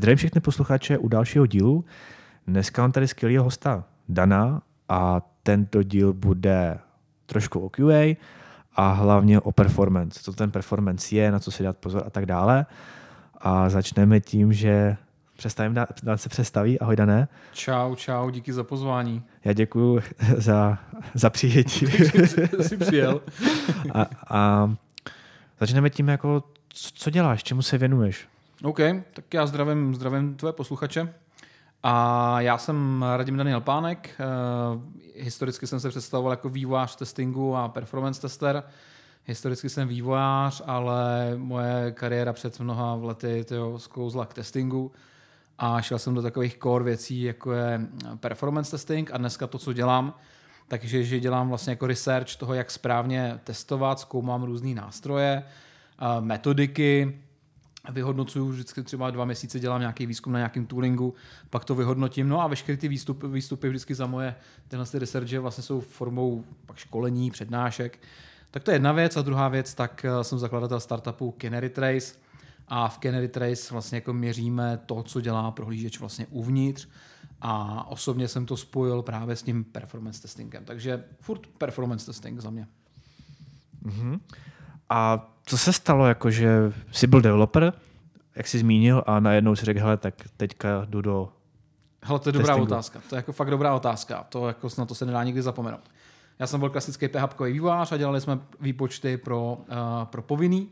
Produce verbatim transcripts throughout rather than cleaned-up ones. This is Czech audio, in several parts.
Zdravím všechny posluchače u dalšího dílu. Dneska mám tady skvělého hosta Dana a tento díl bude trošku o Q A a hlavně o performance. Co ten performance je, na co si dát pozor a tak dále. A začneme tím, že představím, Dan se představí. Ahoj, Dané. Čau, čau, díky za pozvání. Já děkuju za, za přijetí. Jsi přijel. a, a začneme tím, jako, co děláš, čemu se věnuješ? OK, tak já zdravím, zdravím tvoje posluchače. A já jsem Radim Daniel Pánek. Historicky jsem se představoval jako vývojář testingu a performance tester. Historicky jsem vývojář, ale moje kariéra před mnoha lety tyjo, sklouzla k testingu a šel jsem do takových core věcí, jako je performance testing a dneska to, co dělám, takže že dělám vlastně jako research toho, jak správně testovat, zkoumám různý nástroje, metodiky, vyhodnocuju vždycky třeba dva měsíce, dělám nějaký výzkum na nějakém toolingu, pak to vyhodnotím, no a veškeré ty výstupy, výstupy vždycky za moje tyhle researche vlastně jsou formou pak školení, přednášek. Tak to je jedna věc a druhá věc, tak jsem zakladatel startupu Canary Trace a v Canary Trace vlastně jako měříme to, co dělá prohlížeč vlastně uvnitř a osobně jsem to spojil právě s tím performance testingem, takže furt performance testing za mě. Mm-hmm. A co se stalo, jakože jsi byl developer, jak jsi zmínil, a najednou si řekl, hele, tak teďka jdu do Hele, to je dobrá testingu. otázka, to je jako fakt dobrá otázka, to jako na to se nedá nikdy zapomenout. Já jsem byl klasický PHPkový vývojář a dělali jsme výpočty pro, uh, pro povinný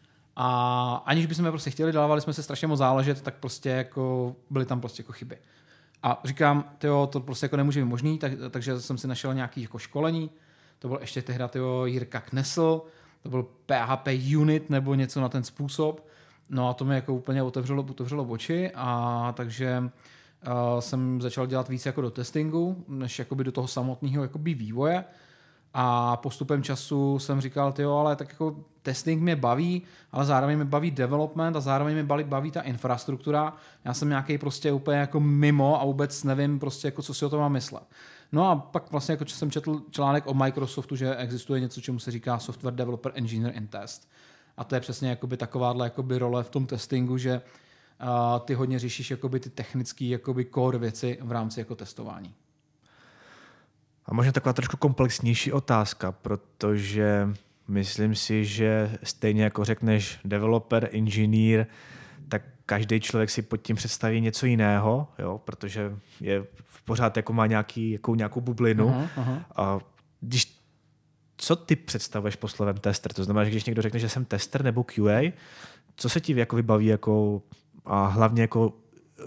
a aniž bychom prostě chtěli, dávali jsme se strašně moc záležet, tak prostě jako byly tam prostě jako chyby. A říkám, tyjo, to prostě jako nemůže být možný, tak, takže jsem si našel nějaké jako školení, to byl ještě tehdy tyjo, Jirka Knesl, to byl P H P Unit nebo něco na ten způsob, no a to mi jako úplně otevřelo, otevřelo oči a takže Uh, jsem začal dělat víc jako do testingu, než jakoby do toho samotného jakoby vývoje a postupem času jsem říkal, tyjo, ale tak jako testing mě baví, ale zároveň mě baví development a zároveň mě baví, baví ta infrastruktura. Já jsem nějaký prostě úplně jako mimo a vůbec nevím prostě jako co si o tom mám myslet. No a pak vlastně jako jsem četl článek o Microsoftu, že existuje něco, čemu se říká Software Developer Engineer in Test. A to je přesně jakoby takováhle jakoby role v tom testingu, že a ty hodně řešíš jakoby ty technické jakoby core věci v rámci jako testování. A možná taková trošku komplexnější otázka, protože myslím si, že stejně jako řekneš developer, inženýr, tak každý člověk si pod tím představí něco jiného, jo, protože je pořád jako má nějaký, jako nějakou bublinu. Aha, aha. A když, co ty představuješ pod slovem tester? To znamená, že když někdo řekne, že jsem tester nebo Q A, co se ti jako vybaví jako a hlavně jako uh,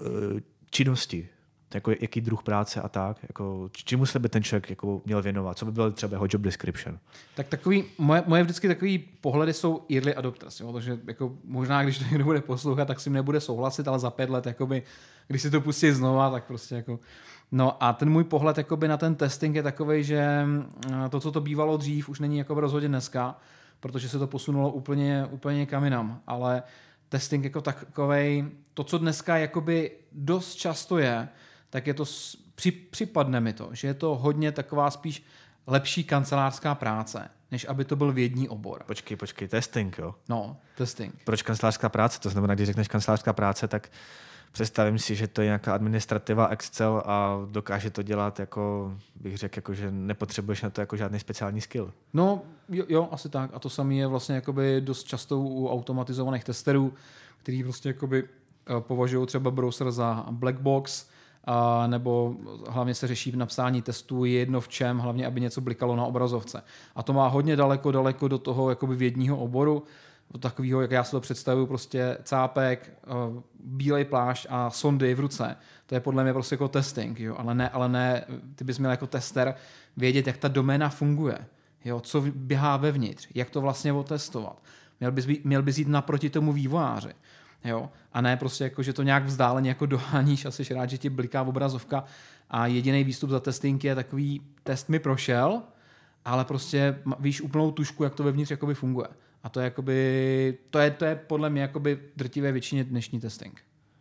činnosti, jako jaký druh práce a tak, jako čemu se by ten člověk jako měl věnovat, co by byl třeba jeho job description? Tak takový, moje, moje vždycky takový pohledy jsou early adopters, jo? Takže jako možná, když to někdo bude poslouchat, tak si nebude souhlasit, ale za pět let, jakoby, když si to pustí znova, tak prostě jako... No a ten můj pohled jakoby na ten testing je takovej, že to, co to bývalo dřív, už není jako rozhodně dneska, protože se to posunulo úplně, úplně někam jinam, ale testing jako takovej, to, co dneska jakoby dost často je, tak je to, při, připadne mi to, že je to hodně taková spíš lepší kancelářská práce, než aby to byl vědní obor. Počkej, počkej, testing, jo? No, testing. Proč kancelářská práce? To znamená, když řekneš kancelářská práce, tak představím si, že to je nějaká administrativa Excel a dokáže to dělat jako, bych řekl, jako, že nepotřebuješ na to jako žádný speciální skill. No, jo, jo, asi tak. A to samé je vlastně jakoby dost často u automatizovaných testerů, který prostě jakoby považují třeba browser za black box, a nebo hlavně se řeší v napsání testů jedno v čem, hlavně aby něco blikalo na obrazovce. A to má hodně daleko, daleko do toho jakoby vědního oboru, do takového, jak já si to představuju, prostě cápek, bílej plášť a sondy v ruce. To je podle mě prostě jako testing, jo? Ale ne, ale ne, ty bys měl jako tester vědět, jak ta doména funguje, jo? Co běhá vevnitř, jak to vlastně otestovat. Měl bys, měl bys jít naproti tomu vývojáři. Jo? A ne prostě jako, že to nějak vzdáleně jako doháníš a jsi rád, že ti bliká obrazovka a jediný výstup za testing je takový, test mi prošel, ale prostě víš úplnou tušku, jak to vevnitř jakoby funguje. A to je, jakoby, to je, to je podle mě jakoby drtivé většině dnešní testing.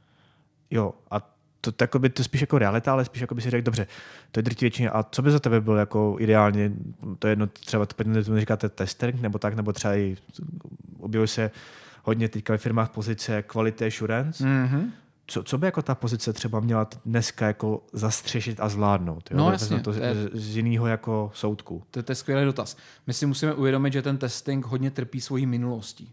Jo, a to, to, jakoby, to spíš jako realita, ale spíš jako by si řekl, dobře, to je drtí většině. A co by za tebe bylo jako ideálně, to je jedno, třeba to říkáte tester, nebo tak, nebo třeba i objevuje se hodně teďka ve firmách pozice quality assurance. Mm-hmm. co, co by jako ta pozice třeba měla dneska jako zastřešit a zvládnout? Jo? No jasně. To z, z jiného jako soudku. To, to je skvělý dotaz. My si musíme uvědomit, že ten testing hodně trpí svojí minulostí.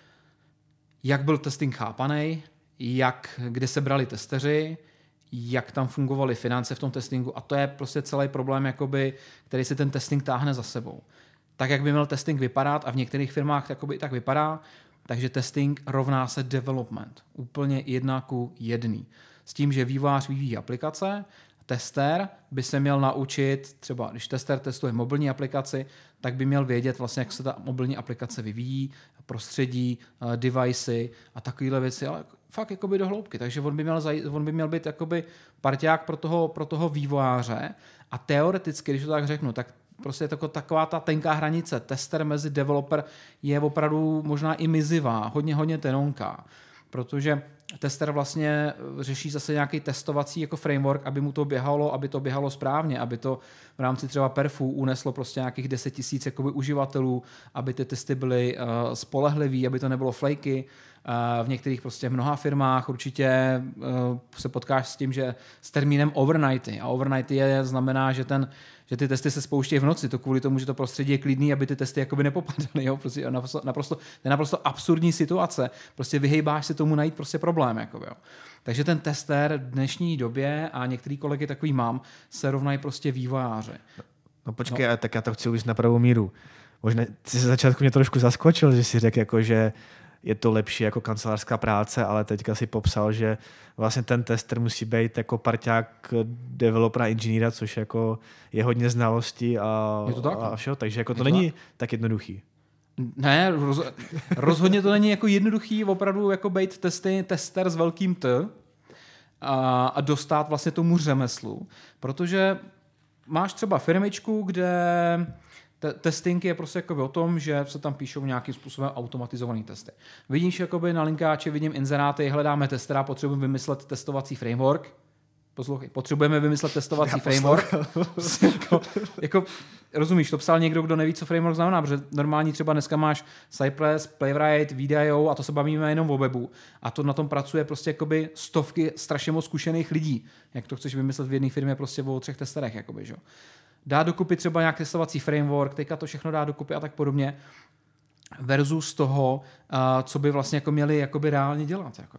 Jak byl testing chápaný, jak, kde se brali testeři, jak tam fungovaly finance v tom testingu a to je prostě celý problém, jakoby, který si ten testing táhne za sebou. Tak, jak by měl testing vypadat a v některých firmách jakoby, tak vypadá, takže testing rovná se development. Úplně jedna ku jedný. S tím, že vývojář vyvíjí aplikace, tester by se měl naučit, třeba když tester testuje mobilní aplikaci, tak by měl vědět vlastně, jak se ta mobilní aplikace vyvíjí, prostředí, devicey a takovéhle věci, ale fakt jakoby do hloubky. Takže on by měl, zaj- on by měl být jakoby parťák pro toho, pro toho vývojáře a teoreticky, když to tak řeknu, tak prostě je to taková ta tenká hranice. Tester mezi developer je opravdu možná i mizivá, hodně, hodně tenonká, protože tester vlastně řeší zase nějaký testovací jako framework, aby mu to běhalo, aby to běhalo správně, aby to v rámci třeba perfů uneslo prostě nějakých deset tisíc jakoby uživatelů, aby ty testy byly uh, spolehlivý, aby to nebylo flaky. Uh, v některých prostě mnoha firmách určitě uh, se potkáš s tím, že s termínem overnighty. A overnighty je, znamená, že ten že ty testy se spouštějí v noci, to kvůli tomu, že to prostředí je klidný, aby ty testy jakoby nepopadaly. Jo? Prostě naprosto, naprosto, to je naprosto absurdní situace. Prostě vyhejbáš se tomu najít prostě problém. Jakoby, jo? Takže ten tester v dnešní době, a některý kolegy takový mám, se rovnají prostě vývojáři. No počkej, no. Tak já to chci uvést na pravou míru. Možná ty se začátku mě trošku zaskočil, že si řekl, jako, že je to lepší jako kancelářská práce, ale teďka si popsal, že vlastně ten tester musí být jako parťák developera, inženýra, což jako je hodně znalostí a, je to tak? a všeho, takže jako to, to není tak? tak jednoduchý. Ne, roz, rozhodně to není jako jednoduchý opravdu jako být testy, tester s velkým T a, a dostat vlastně tomu řemeslu, protože máš třeba firmičku, kde Te- testing je prostě jakoby o tom, že se tam píšou nějakým způsobem automatizované testy. Vidíš jakoby na linkáči, vidím inzeráty, hledáme testera, potřebujeme vymyslet testovací framework. Poslouchej, potřebujeme vymyslet testovací Já framework. jako, jako, rozumíš, to psal někdo, kdo neví, co framework znamená, protože normální třeba dneska máš Cypress, Playwright, V D I O a to se bavíme jenom o webu. A to na tom pracuje prostě jakoby stovky strašně moc zkušených lidí. Jak to chceš vymyslet v jedné firmě prostě o třech testerech, jakoby, že? Dá dokupy třeba nějaký testovací framework, teďka to všechno dá dokupy a tak podobně, versus toho, uh, co by vlastně jako měli jakoby reálně dělat. Jako.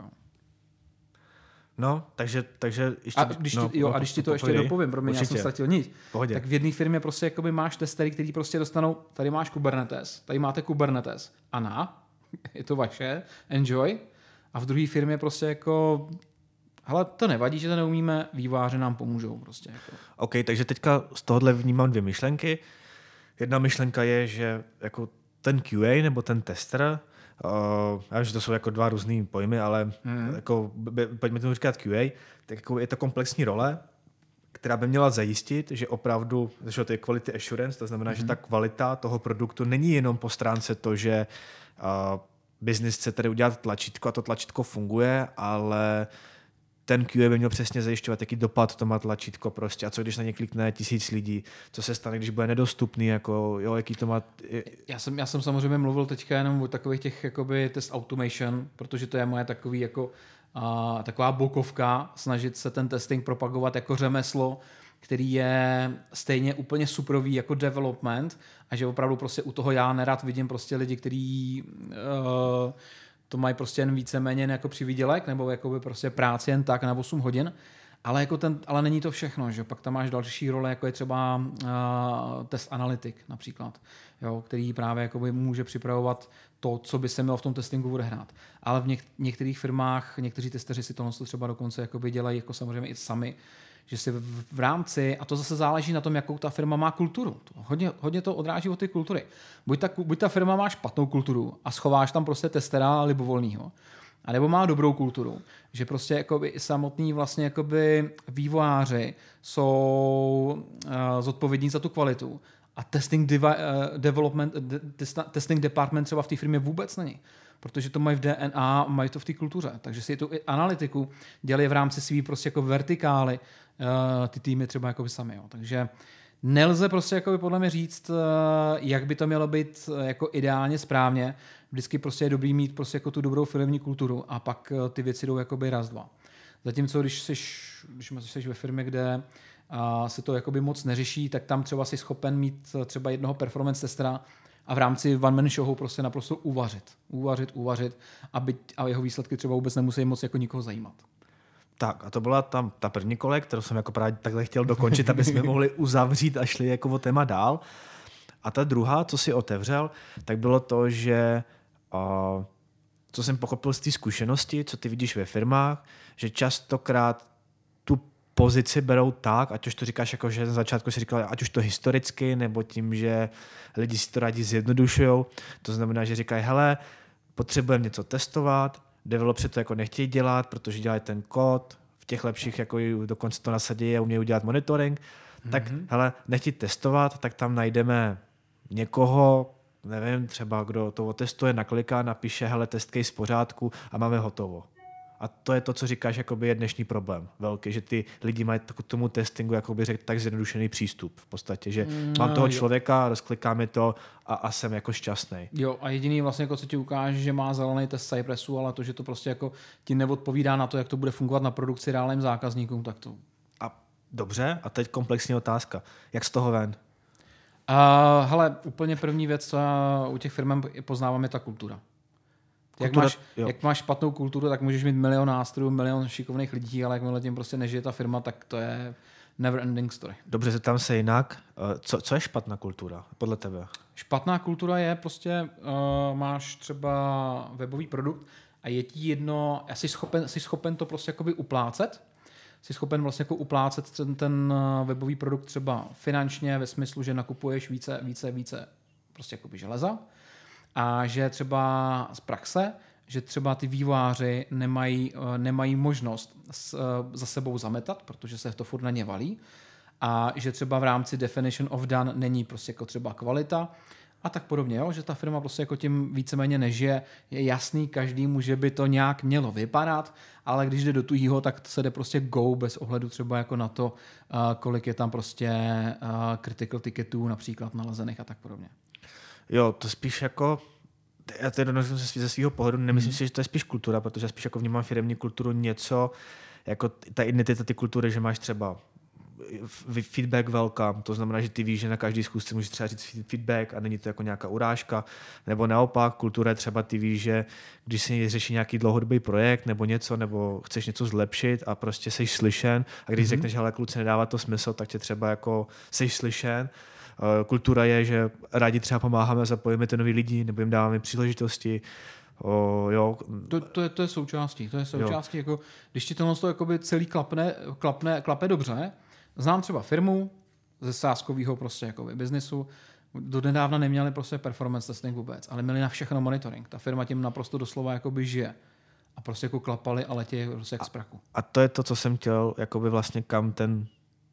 No, takže, takže ještě... A když, no, ti, jo, no, a když ti to ještě pohodě, dopovím, pro mě já jsem ztratil nic, Pohodě. Tak v jedné firmě prostě jakoby máš testery, který prostě dostanou, tady máš Kubernetes, tady máte Kubernetes, Ana, je to vaše, enjoy, a v druhé firmě prostě jako... Hele, to nevadí, že to neumíme, vývojáři nám pomůžou prostě. Jako. OK, takže teďka z tohohle vnímám dvě myšlenky. Jedna myšlenka je, že jako ten Q A nebo ten tester, uh, já vím, že to jsou jako dva různý pojmy, ale hmm. jako, pojďme tomu říkat Q A, tak jako je to komplexní role, která by měla zajistit, že opravdu, že to je quality assurance, to znamená, hmm. že ta kvalita toho produktu není jenom po stránce to, že uh, business chce tady udělat tlačítko a to tlačítko funguje, ale ten Q A by měl přesně zajišťovat, jaký dopad to má tlačítko prostě a co když na ně klikne tisíc lidí, co se stane, když bude nedostupný, jako, jo, jaký to má... Já jsem, já jsem samozřejmě mluvil teďka jenom o takových těch jakoby test automation, protože to je moje takový jako a, taková bokovka, snažit se ten testing propagovat jako řemeslo, který je stejně úplně suprový jako development a že opravdu prostě u toho já nerad vidím prostě lidi, kteří uh, to mají prostě jen víceméně jako přivydělek nebo jakoby prostě práci jen tak na osm hodin, ale, jako ten, ale není to všechno, že pak tam máš další role, jako je třeba uh, test analytik například, jo, který právě jakoby může připravovat to, co by se mělo v tom testingu odehrát. Ale v něk- některých firmách, někteří testeři si tohle třeba dokonce jakoby dělají jako samozřejmě i sami, že si v, v rámci, a to zase záleží na tom, jakou ta firma má kulturu. To hodně, hodně to odráží od ty kultury. Buď ta, buď ta firma má špatnou kulturu a schováš tam prostě testera libovolného, a nebo má dobrou kulturu, že prostě jakoby samotní vlastně jakoby vývojáři jsou uh, zodpovědní za tu kvalitu a testing, devi, uh, development, de, testa, testing department třeba v té firmě vůbec není. Protože to mají v D N A, mají to v té kultuře. Takže si tu analytiku dělají v rámci svý prostě jako vertikály uh, ty týmy třeba jako sami. Jo. Takže nelze prostě jako podle mě říct, uh, jak by to mělo být uh, jako ideálně správně. Vždycky prostě je dobrý mít prostě jako tu dobrou firemní kulturu a pak uh, ty věci jdou jakoby raz, dva. Zatímco když jsi, když jsi ve firmě, kde a se to jakoby moc neřeší, tak tam třeba si schopen mít třeba jednoho performance testera a v rámci one man showu prostě naprosto uvařit. Uvařit, uvařit, aby, a jeho výsledky třeba vůbec nemusí moc jako nikoho zajímat. Tak a to byla tam ta první kolej, kterou jsem jako právě takhle chtěl dokončit, aby jsme mohli uzavřít a šli jako o téma dál. A ta druhá, co si otevřel, tak bylo to, že uh, co jsem pochopil z té zkušenosti, co ty vidíš ve firmách, že častokrát tu pozici berou tak, ať už to říkáš jako, že na začátku si říkal, ať už to historicky, nebo tím, že lidi si to rádi zjednodušujou. To znamená, že říkají, hele, potřebujeme něco testovat, developři to jako nechtějí dělat, protože dělají ten kód, v těch lepších jako dokonce to nasadí a umějí udělat monitoring, mm-hmm. tak hele, nechtějí testovat, tak tam najdeme někoho, nevím, třeba kdo to otestuje, nakliká, napíše, hele, test case v pořádku a máme hotovo. A to je to, co říkáš, jakoby je dnešní problém velký, že ty lidi mají k tomu testingu, jakoby řekl, tak zjednodušený přístup v podstatě, že mm, mám toho jo. člověka, rozklikáme to a, a jsem jako šťastný. Jo, a jediný vlastně, jako co ti ukáže, že má zelený test Cypressu, ale to, že to prostě jako ti neodpovídá na to, jak to bude fungovat na produkci reálným zákazníkům, tak to... A dobře, a teď komplexní otázka. Jak z toho ven? Uh, hele, úplně první věc, co u těch firm poznávám, je ta kultura. Jak máš, jak máš špatnou kulturu, tak můžeš mít milion nástrojů, milion šikovných lidí, ale jakmile tím prostě nežije ta firma, tak to je never ending story. Dobře, zeptám se jinak. Co, co je špatná kultura podle tebe? Špatná kultura je prostě, uh, máš třeba webový produkt a je ti jedno, jsi schopen, jsi schopen to prostě jakoby uplácet, jsi schopen vlastně jako uplácet ten, ten webový produkt třeba finančně ve smyslu, že nakupuješ více, více, více prostě jakoby železa, a že třeba z praxe, že třeba ty vývojáři nemají, nemají možnost s, za sebou zametat, protože se to furt na ně valí, a že třeba v rámci definition of done není prostě jako třeba kvalita a tak podobně, jo? Že ta firma prostě jako tím víceméně nežije. Je jasný každému, že by to nějak mělo vypadat, ale když jde do tuhýho, tak se jde prostě go bez ohledu třeba jako na to, kolik je tam prostě critical ticketů například nalezených a tak podobně. Jo, to spíš jako, já to jednoduše ze svého pohledu, nemyslím mm. si, že to je spíš kultura, protože já spíš jako vnímám firemní kulturu něco, jako ta identita ty kultury, že máš třeba feedback welcome, to znamená, že ty víš, že na každý schůzce můžeš třeba říct feedback a není to jako nějaká urážka, nebo naopak kultura třeba ty víš, že když si řeší nějaký dlouhodobý projekt nebo něco, nebo chceš něco zlepšit a prostě seš slyšen a když mm-hmm. řekneš, ale kluci, nedává to smysl, tak tě třeba jako seš slyšen. Kultura je, že rádi třeba pomáháme, zapojíme ty nový lidi, nebo jim dáváme příležitosti. O, jo. To, to, je, to je součástí. To je součástí jako, když ti tohle jakoby celý klapne, klapne, klape dobře. Znám třeba firmu ze sázkového prostě jakoby biznisu, do nedávna neměli prostě performance testing vůbec, ale měli na všechno monitoring. Ta firma tím naprosto doslova jakoby žije. A prostě jako klapali a letí prostě jak z praku. A to je to, co jsem chtěl, jakoby vlastně kam ten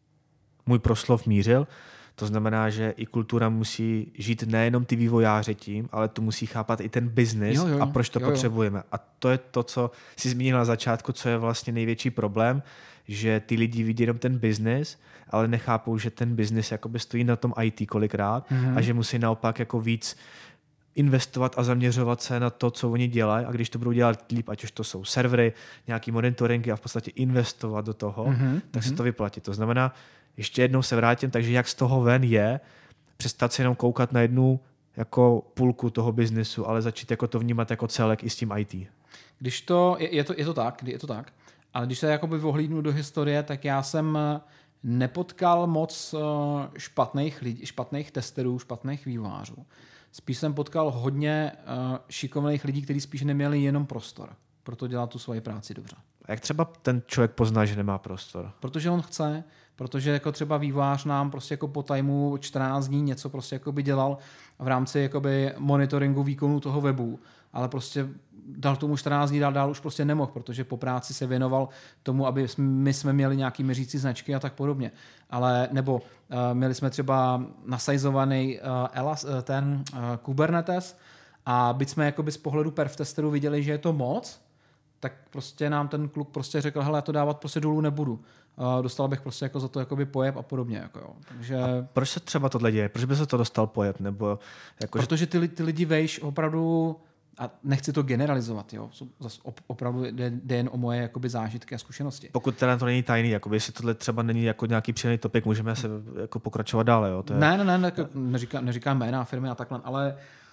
můj proslov mířil. To znamená, že i kultura musí žít nejenom ty vývojáři tím, ale to musí chápat i ten biznis a proč to jo, potřebujeme. Jo. A to je to, co jsi zmínil na začátku, co je vlastně největší problém, že ty lidi vidí jenom ten biznis, ale nechápou, že ten biznis jakoby stojí na tom í té kolikrát mm-hmm. a že musí naopak jako víc investovat a zaměřovat se na to, co oni dělají a když to budou dělat líp, ať už to jsou servery, nějaký monitoringy a v podstatě investovat do toho, mm-hmm. tak se to vyplatí. To znamená, ještě jednou se vrátím, takže jak z toho ven je přestat se jenom koukat na jednu jako půlku toho biznesu, ale začít jako to vnímat jako celek i s tím í té. Když to, je, je to, je to tak, je to tak, ale když se jakoby vohlídnu do historie, tak já jsem nepotkal moc špatných lidí, špatných testerů, špatných vývojářů. Spíš jsem potkal hodně šikovných lidí, kteří spíš neměli jenom prostor. Proto dělá tu svoji práci dobře. A jak třeba ten člověk pozná, že nemá prostor? Protože on chce, protože jako třeba vývojář nám prostě jako po tajmu čtrnáct dní něco prostě jako by dělal v rámci jakoby monitoringu výkonu toho webu, ale prostě dal tomu čtrnáct dní, dál, dál už prostě nemohl, protože po práci se věnoval tomu, aby my jsme měli nějaký měřící značky a tak podobně. Ale nebo uh, měli jsme třeba nasajzovaný uh, Elas, uh, ten uh, Kubernetes a byť jsme jakoby z pohledu perf testeru viděli, že je to moc, tak prostě nám ten kluk prostě řekl, hele, já to dávat prostě dolů nebudu. Uh, dostal bych prostě jako za to jakoby pojeb a podobně. Jako jo. Takže... A proč se třeba tohle děje? Proč by se to dostal pojeb? Nebo jako, protože ty, ty lidi vejš opravdu a nechci to generalizovat, jo. Zas opravdu jde, jde jen o moje jakoby zážitky a zkušenosti. Pokud teda to není tajný, jakoby, jestli tohle třeba není jako nějaký příjemný topik, můžeme se jako pokračovat dále. Jo? To je... Ne, ne, ne, ne neříkám, neříkám jména firmy a takhle, ale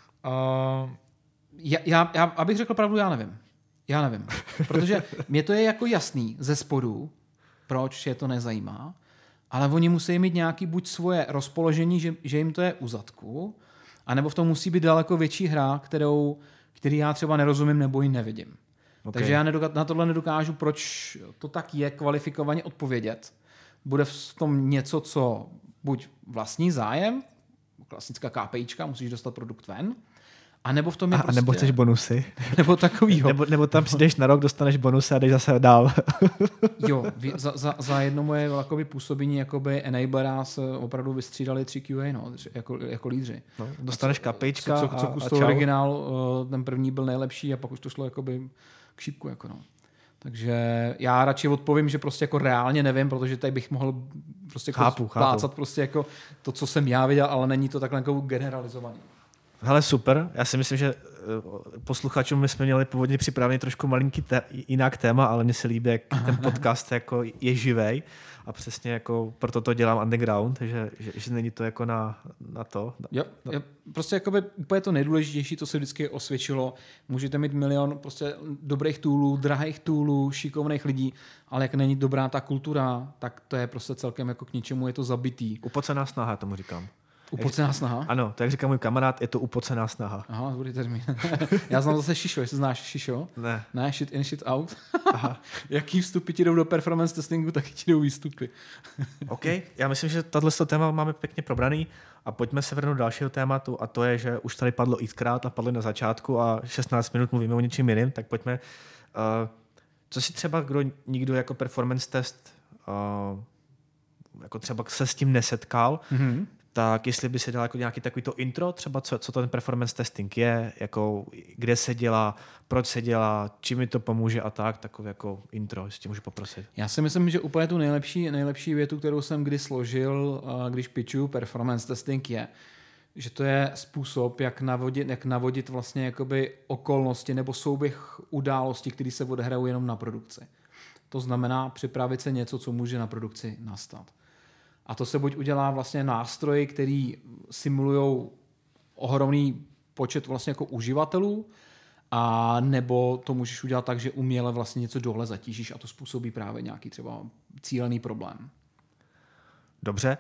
uh, já, já, já, abych řekl pravdu, já nevím. Já nevím. Protože mě to je jako jasný ze spodu, proč je to nezajímá, ale oni musí mít nějaký buď svoje rozpoložení, že, že jim to je u zadku, anebo v tom musí být daleko větší hra, kterou, který já třeba nerozumím nebo ji nevidím. Okay. Takže já nedoká- na tohle nedokážu, proč to tak je, kvalifikovaně odpovědět. Bude v tom něco, co buď vlastní zájem, klasická KPIčka, musíš dostat produkt ven, a nebo v tom je a, prostě... nebo chceš bonusy. Nebo takovýho. nebo, nebo tam přijdeš na rok, dostaneš bonusy a jdeš zase dál. Jo, za, za, za jedno moje jakoby, působení jakoby enablera se opravdu vystřídali tři Q A, no, jako, jako lídři. No, dostaneš KPIčka co, co, co a, kus a toho čau. originál, ten první byl nejlepší a pak už to šlo jakoby k šípku. Jako no. Takže já radši odpovím, že prostě jako reálně nevím, protože tady bych mohl prostě jako chápu, plácat chápu. prostě jako to, co jsem já viděl, ale není to takhle jako generalizovaný. Hele, super. Já si myslím, že posluchačům my jsme měli původně připravený trošku malinký te- jinak téma, ale mně se líbí, jak ten podcast jako je živej a přesně jako proto to dělám underground, že, že, že není to jako na, na to. Jo, jo, prostě jakoby úplně to nejdůležitější, to se vždycky osvědčilo. Můžete mít milion prostě dobrých toolů, drahých toolů, šikovných lidí, ale jak není dobrá ta kultura, tak to je prostě celkem jako k ničemu, je to zabitý. Upocená snaha, tomu říkám. Upocená snaha? Ano, to jak říká můj kamarád, je to upocená snaha. Aha, dobrý termín. Já znám zase šišo, jestli znáš šišo. Ne. Ne, shit in, shit out. Aha. Jaký vstupy ti jdou do performance testingu, tak ti jdou výstupy. OK, já myslím, že tato téma máme pěkně probraný a pojďme se vrhnout do dalšího tématu a to je, že už tady padlo xkrát a padlo na začátku a šestnáct minut mluvíme o něčím jiným, tak pojďme. Uh, co si třeba, kdo nikdo jako performance test uh, jako třeba se s tím nesetkal, mm-hmm. tak jestli by se dal jako nějaký takovýto intro, třeba co, co ten performance testing je, jako kde se dělá, proč se dělá, čím mi to pomůže a tak, takové jako intro, jestli tě můžu poprosit. Já si myslím, že úplně tu nejlepší, nejlepší větu, kterou jsem kdy složil, když pitchuju performance testing je, že to je způsob, jak navodit, jak navodit vlastně jakoby okolnosti nebo souběh událostí, které se odehrajou jenom na produkci. To znamená připravit se něco, co může na produkci nastat. A to se buď udělá vlastně nástroji, který simulují ohromný počet vlastně jako uživatelů, a nebo to můžeš udělat tak, že uměle vlastně něco dole zatížíš a to způsobí právě nějaký třeba cílený problém. Dobře.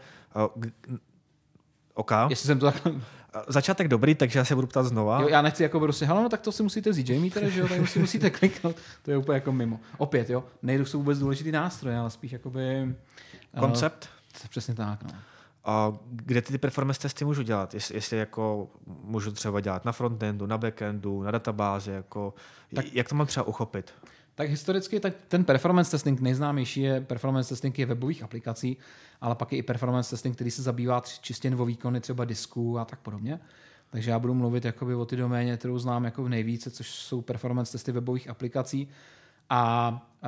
OK. Jestli jsem to takhle... Začátek dobrý, takže já se budu ptát znova. Jo, já nechci jako prostě, hele, no tak to si musíte vzít Jamie teda, že jo, tak si musíte kliknout. To je úplně jako mimo. Opět, jo, nejdu jsou vůbec důležitý nástroje, ale spíš jakoby... Koncept? Uh, přesně tak, no. A kde ty, ty performance testy můžu dělat? Jestli, jestli jako můžu třeba dělat na frontendu, na backendu, na databázi, jako, tak, jak to mám třeba uchopit? Tak historicky tak ten performance testing nejznámější je performance testing je webových aplikací, ale pak je i performance testing, který se zabývá čistě o výkony třeba disků a tak podobně. Takže já budu mluvit jakoby o ty doméně, kterou znám jako nejvíce, což jsou performance testy webových aplikací. A, a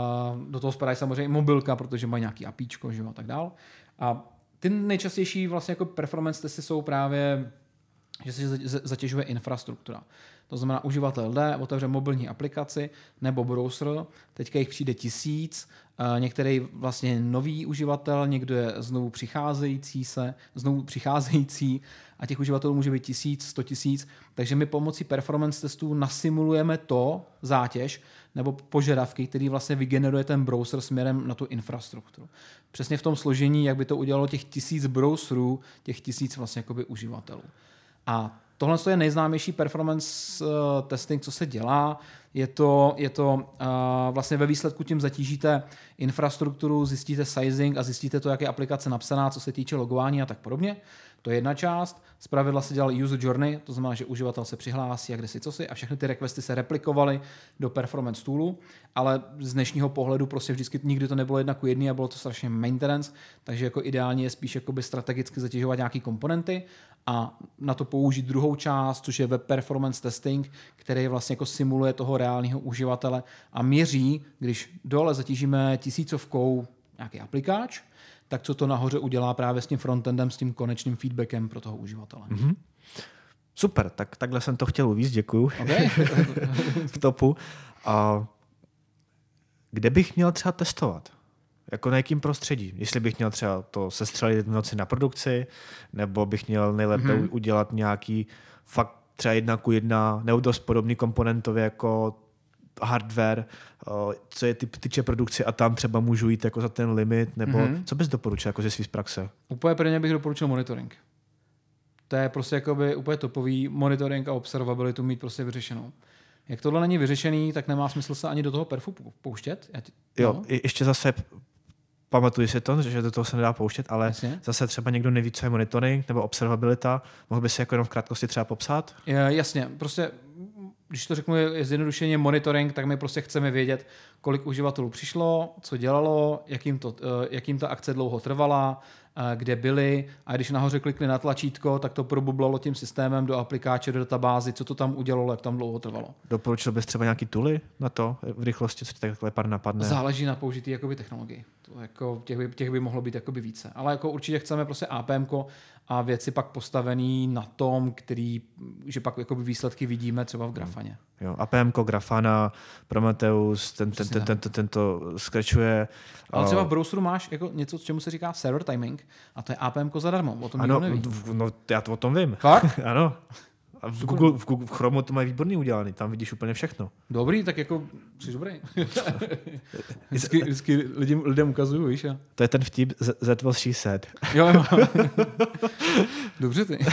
do toho spadají samozřejmě mobilka, protože mají nějaký APIčko, že jo, a tak dál. A ty nejčastější vlastně jako performance testy jsou právě, že se zatěžuje infrastruktura. To znamená, uživatel jde, otevře mobilní aplikaci nebo browser, teďka jich přijde tisíc, některý vlastně nový uživatel, někdo je znovu přicházející se, znovu přicházející a těch uživatelů může být tisíc, sto tisíc, takže my pomocí performance testů nasimulujeme to zátěž nebo požadavky, který vlastně vygeneruje ten browser směrem na tu infrastrukturu. Přesně v tom složení, jak by to udělalo těch tisíc browserů, těch tisíc vlastně jakoby uživatelů. A tohle je nejznámější performance testing, co se dělá. Je to, je to uh, vlastně ve výsledku tím zatížíte infrastrukturu, zjistíte sizing a zjistíte to, jak je aplikace napsaná, co se týče logování a tak podobně. To je jedna část. Zpravidla se dělal user journey, to znamená, že uživatel se přihlásí a kde si co si a všechny ty requesty se replikovaly do performance toolu, ale z dnešního pohledu prostě vždycky nikdy to nebylo jedna ku jedný a bylo to strašně maintenance, takže jako ideálně je spíš jakoby strategicky zatěžovat nějaký komponenty a na to použít druhou část, což je web performance testing, který vlastně jako simuluje toho reálného uživatele a měří, když dole zatížíme tisícovkou nějaký aplikáč, tak co to nahoře udělá právě s tím frontendem, s tím konečným feedbackem pro toho uživatele. Mm-hmm. Super, tak takhle jsem to chtěl uvíct, děkuju. Okay. V topu. A kde bych měl třeba testovat? Jako na jakým prostředí? Jestli bych měl třeba to sestřelit v noci na produkci, nebo bych měl nejlépe mm-hmm. udělat nějaký fakt třeba jedna ku jedna, nebo dost podobný komponentově jako hardware, co je typ tyče produkci a tam třeba můžu jít jako za ten limit, nebo mm-hmm. co bys doporučil jako ze svý praxe? Úplně prvně bych doporučil monitoring. To je prostě jakoby úplně topový monitoring a observabilitu mít prostě vyřešenou. Jak tohle není vyřešený, tak nemá smysl se ani do toho perfu pouštět. Já ti, jo, no. ještě zase pamatuji si to, že do toho se nedá pouštět, ale Jasně. zase třeba někdo neví, co je monitoring nebo observabilita. Mohl by si jako jenom v krátkosti třeba popsat? Jasně, prostě když to řeknu je zjednodušeně monitoring, tak my prostě chceme vědět, kolik uživatelů přišlo, co dělalo, jak jim, to, jak jim ta akce dlouho trvala, kde byli, a když nahoře klikli na tlačítko, tak to probublalo tím systémem do aplikáče, do databázy, co to tam udělalo, jak tam dlouho trvalo. Doporučil bys třeba nějaký tooly na to v rychlosti, co ti takhle pár napadne? Záleží na použitý jakoby technologii. To jako těch, by, těch by mohlo být jakoby více. Ale jako určitě chceme prostě APMko a věci pak postavený na tom, který, že pak jakoby výsledky vidíme třeba v Grafaně. Jo, APMko, Grafana, Prometheus, ten, ten, ten, ten, ten, ten to skrečuje. Ale třeba v browseru máš jako něco, čemu se říká server timing, a to je APMko zadarmo. O tom ano, neví. No, já to o tom vím. Fakt? Ano. A v Google, v Google, v Chromu to mají výborný udělaný, tam vidíš úplně všechno. Dobrý, tak jako jsi dobrý. vždycky, vždycky lidem, lidem ukazuju, víš. A... To je ten vtip that was she said. Jo, jo. Dobře ty.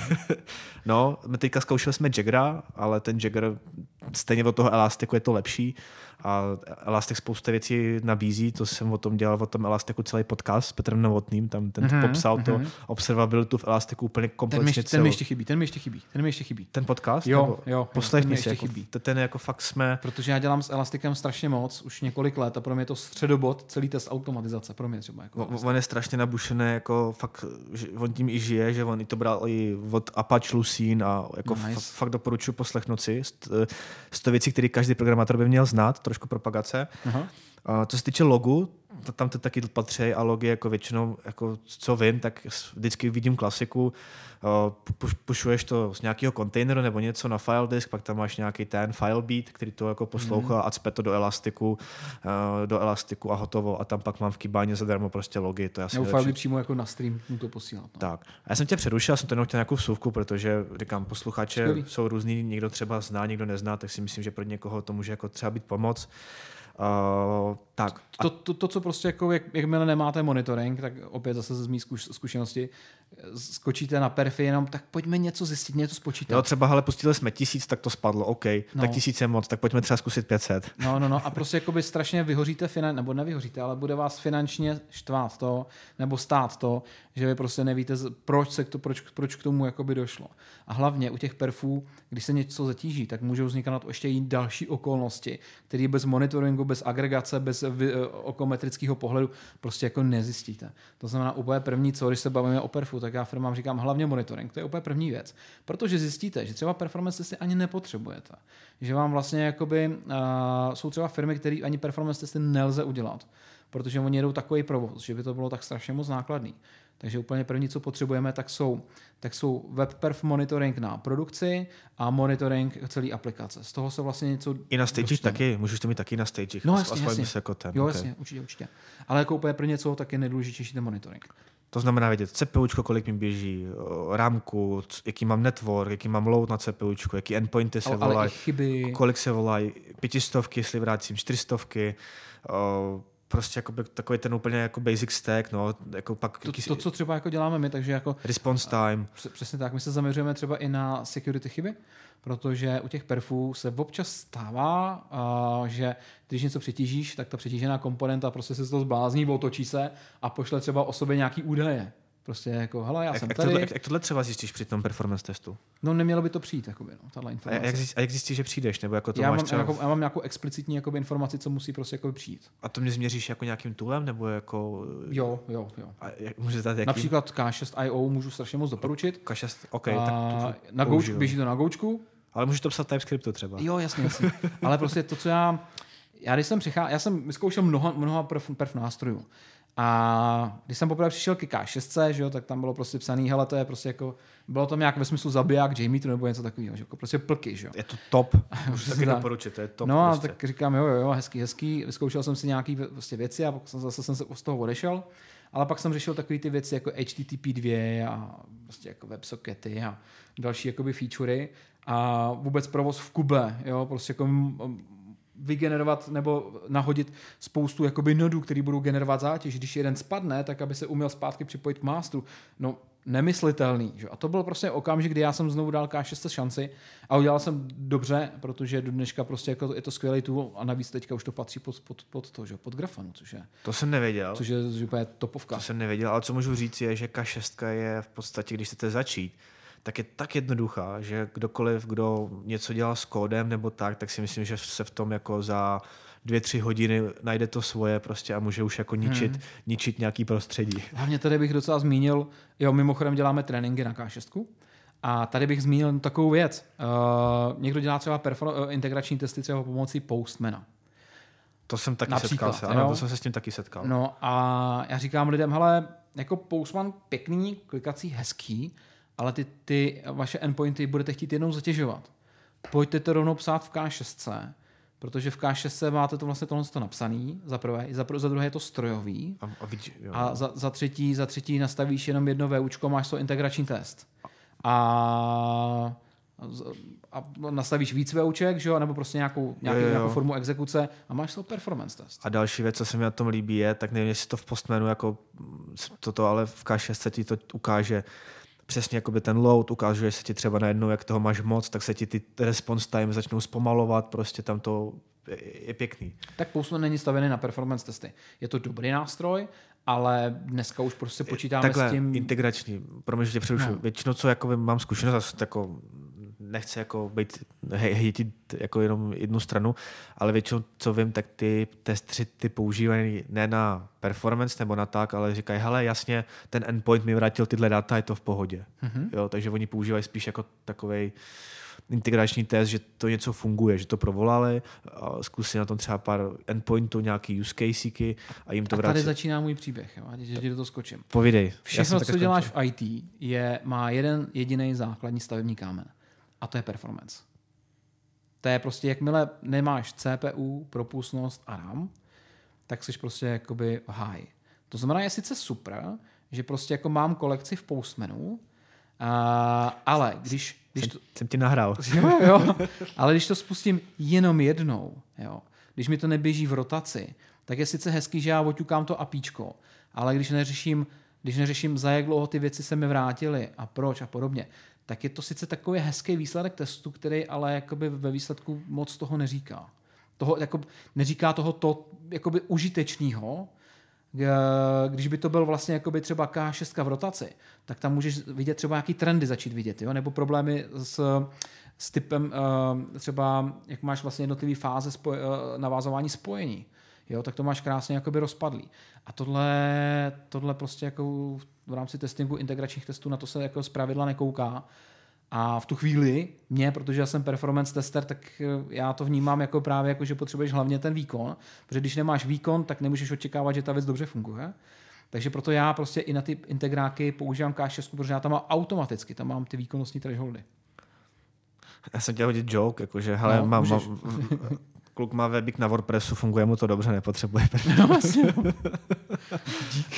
No, my teďka zkoušeli jsme Jaggera, ale ten Jagger stejně od toho Elastiku je to lepší. A Elastic spousta věcí nabízí, to jsem o tom dělal, o tom Elastiku celý podcast s Petrem Novotným, tam ten mm-hmm, popsal mm-hmm. to observabilitu v Elastiku úplně komplexně. Ten mi, ten mi ještě chybí, ten mi ještě chybí, ten mi ještě chybí. Ten podcast? Jo, nebo jo. Poslechni si, jako, ten jako fakt jsme... Protože já dělám s Elastikem strašně moc, už několik let a pro mě je to středobod, celý test automatizace, pro mě třeba. Jako on, on je strašně nabušený, jako fakt, že on tím i žije, že on i to bral i od Apache Lucene a jako nice. f- fakt doporučuji poslechnout si. Z to věcí, které každý programátor by měl znát, trošku propagace. Aha. Uh, co se týče logu, tam to taky patří a logy jako většinou, jako co vím, tak vždycky vidím klasiku, uh, pušuješ to z nějakého kontejneru nebo něco na file disk, pak tam máš nějaký ten FileBeat, který to jako poslouchá mm. a cpe to do Elastiku, uh, do Elastiku a hotovo a tam pak mám v Kibáně zadarmo prostě logy. To Nebo FileBeat přímo jako na stream mu to posílat. No. Tak. A já jsem tě přerušil, já jsem to jenom chtěl nějakou vsuvku, protože říkám, posluchače Skvělý. Jsou různý, někdo třeba zná, někdo nezná, tak si myslím, že pro někoho to může jako třeba být pomoc. Uh, tak. To, to, to, co prostě jako, jak, jakmile nemáte monitoring, tak opět zase z mý zkuš, zkušenosti, skočíte na perfy jenom, tak pojďme něco zjistit, něco spočítat. Jo, třeba, hele, pustili jsme tisíc, tak to spadlo, OK, no. Tak tisíc je moc, tak pojďme třeba zkusit pět set. No, no, no a prostě jakoby strašně vyhoříte, finan, nebo nevyhoříte, ale bude vás finančně štvát to, nebo stát to, že vy prostě nevíte, proč se to, proč, proč k tomu jakoby došlo. A hlavně u těch perfů, když se něco zatíží, tak můžou vznikat ještě i další okolnosti, které bez monitoringu, bez agregace, bez okometrického pohledu prostě jako nezjistíte. To znamená úplně první, co když se bavíme o perfu, tak já firmám říkám hlavně monitoring, to je úplně první věc. Protože zjistíte, že třeba performance testy ani nepotřebujete. Že vám vlastně jakoby, uh, jsou třeba firmy, které ani performance testy nelze udělat, protože oni jedou takový provoz, že by to bylo tak strašně moc nákladný. Takže úplně první, co potřebujeme, tak jsou, tak jsou web perf monitoring na produkci a monitoring celé aplikace. Z toho se vlastně něco... I na stagech taky, můžeš to mít taky na stagech. No jasně, jasně. Se jako ten. Jo, okay. jasně, určitě, určitě. Ale jako úplně první, co tak je nejdůležitější ten monitoring. To znamená vědět CPUčko, kolik mi běží, rámku, jaký mám network, jaký mám load na CPUčku, jaký endpointy se ale, volají, chyby... kolik se volají, pětistovky, jestli vrátím, čtyřstovky, uh, prostě jako takový ten úplně jako basic stack, no, jako pak... To, to, co třeba jako děláme my, takže jako... Response time. Přesně tak, my se zaměřujeme třeba i na security chyby, protože u těch perfů se občas stává, uh, že když něco přetížíš, tak ta přetížená komponenta prostě se z toho zblázní, otočí se a pošle třeba o sobě nějaký údaje. Prostě jako, hele, já jak, jsem jak tady. Tohle, jak, jak tohle třeba zjistíš při tom performance testu? No nemělo by to přijít, jakoby, no, tahle informace. A jak, zjistí, a jak zjistíš, že přijdeš? Nebo jako to já, máš mám, třeba... jako, já mám nějakou explicitní jakoby, informaci, co musí prostě jakoby, přijít. A to mě změříš jako nějakým toolem? Nebo jako... Jo, jo, jo. A jak, může dát jakým? Například K šest I O můžu strašně moc doporučit. K šest, OK. A, tak to, to na Goučku, běží to na Goučku. Ale můžeš to psat TypeScriptu třeba. Jo, jasně, jasně. Ale prostě to, co já... Já když jsem přicházel, já jsem vyzkoušel mnoha, mnoha perf, perf nástrojů. A když jsem poprvé přišel k K šest, že jo, tak tam bylo prostě psaný, hele, to je prostě jako, bylo tam nějak ve smyslu zabiják Jamie nebo něco takového, že jako prostě plky, že jo. Je to top, už taky doporučit, to je top. No prostě. a tak říkám, jo, jo, jo, hezký, hezký, vyzkoušel jsem si nějaký prostě věci a pak jsem, zase jsem se z toho odešel, ale pak jsem řešil takové ty věci jako H T T P dva a prostě jako WebSockety a další jakoby featurey a vůbec provoz v kube, jo, prostě jako vygenerovat nebo nahodit spoustu jakoby nodů, který budou generovat zátěž. Když jeden spadne, tak aby se uměl zpátky připojit k masteru. No, nemyslitelný. Že? A to byl prostě okamžik, kdy já jsem znovu dal K šest šanci a udělal jsem dobře, protože do dneška prostě jako je to skvělý tool a navíc teďka už to patří pod, pod, pod to, že? Pod Grafanu, což je. To jsem nevěděl. Což je, že úplně topovka. To jsem nevěděl, ale co můžu říct je, že K šest je v podstatě, když chcete začít, tak je tak jednoduchá, že kdokoliv, kdo něco dělá s kódem nebo tak, tak si myslím, že se v tom jako za dvě, tři hodiny najde to svoje prostě a může už jako ničit, hmm. ničit nějaký prostředí. Hlavně tady bych docela zmínil, jo, mimochodem děláme tréninky na K šest a tady bych zmínil takovou věc. Uh, někdo dělá třeba perfor- integrační testy třeba pomocí Postmana. To jsem taky Například, setkal se, ano, to jsem se s tím taky setkal. No a já říkám lidem, hele, jako Postman pěkný, klikací, hezký, ale ty, ty vaše endpointy budete chtít jednou zatěžovat. Pojďte to rovnou psát v K šest, protože v K šest máte to vlastně tohle napsaný, za prvé, za, za druhé je to strojový a, a, vidí, jo. a za, za, třetí, za třetí nastavíš jenom jedno VUčko, máš to integrační test. A, a nastavíš víc VUček, že jo, nebo prostě nějakou, nějaký, jo, jo. nějakou formu exekuce a máš to performance test. A další věc, co se mi na tom líbí je, tak nevím, jestli to v Postmanu jako toto, ale v K šest ti to ukáže přesně jakoby ten load, ukáže se ti třeba najednou, jak toho máš moc, tak se ti ty response time začnou zpomalovat, prostě tam to je, je pěkný. Tak Postman není stavěný na performance testy. Je to dobrý nástroj, ale dneska už prostě počítáme Takhle, s tím... integrační, promiň, že tě přerušu. No. Většinou, co jako mám zkušenost, jako nechci jako být hejtit jako jenom jednu stranu, ale většinou, co vím, tak ty testři ty používají ne na performance nebo na tak, ale říkají, hele, jasně, ten endpoint mi vrátil tyhle data, je to v pohodě. Mm-hmm. Jo, takže oni používají spíš jako takovej integrační test, že to něco funguje, že to provolali, a zkusí na tom třeba pár endpointů, nějaký use casey a jim to vrátí. vrátí. A tady začíná můj příběh, jo, že ti do toho skočím. Povídej. Všechno, co děláš v I T, je, má jeden jediný základní stavební kámen. A to je performance. To je prostě, jakmile nemáš C P U, propustnost a RAM, tak jsi prostě jakoby v háji. To znamená, je sice super, že prostě jako mám kolekci v Postmanu, a, ale když... když jsem, to, jsem ti nahrál. Jo, jo, ale když to spustím jenom jednou, jo, když mi to neběží v rotaci, tak je sice hezký, že já oťukám to apíčko, ale když neřeším, když neřeším, za jak dlouho ty věci se mi vrátily a proč a podobně, tak je to sice takový hezký výsledek testu, který ale jakoby ve výsledku moc toho neříká. Toho, jako, neříká toho to jakoby užitečného. Když by to byl vlastně jakoby třeba K šest v rotaci, tak tam můžeš vidět třeba nějaký trendy začít vidět, jo? Nebo problémy s, s typem třeba, jak máš vlastně jednotlivý fáze spoj, navázování spojení. Jo, tak to máš krásně jakoby rozpadlý. A tohle, tohle prostě jako v rámci testingu integračních testů na to se jako zpravidla nekouká. A v tu chvíli mě, protože já jsem performance tester, tak já to vnímám jako právě jako, že potřebuješ hlavně ten výkon, protože když nemáš výkon, tak nemůžeš očekávat, že ta věc dobře funguje. Takže proto já prostě i na ty integráky používám K šest, protože já tam mám automaticky, tam mám ty výkonnostní thresholdy. Já jsem chtěl hodit joke, jakože hele, no, mám, mám, kluk má webík na WordPressu, funguje mu to dobře, nepotřebuje performance. No vlastně. Dík.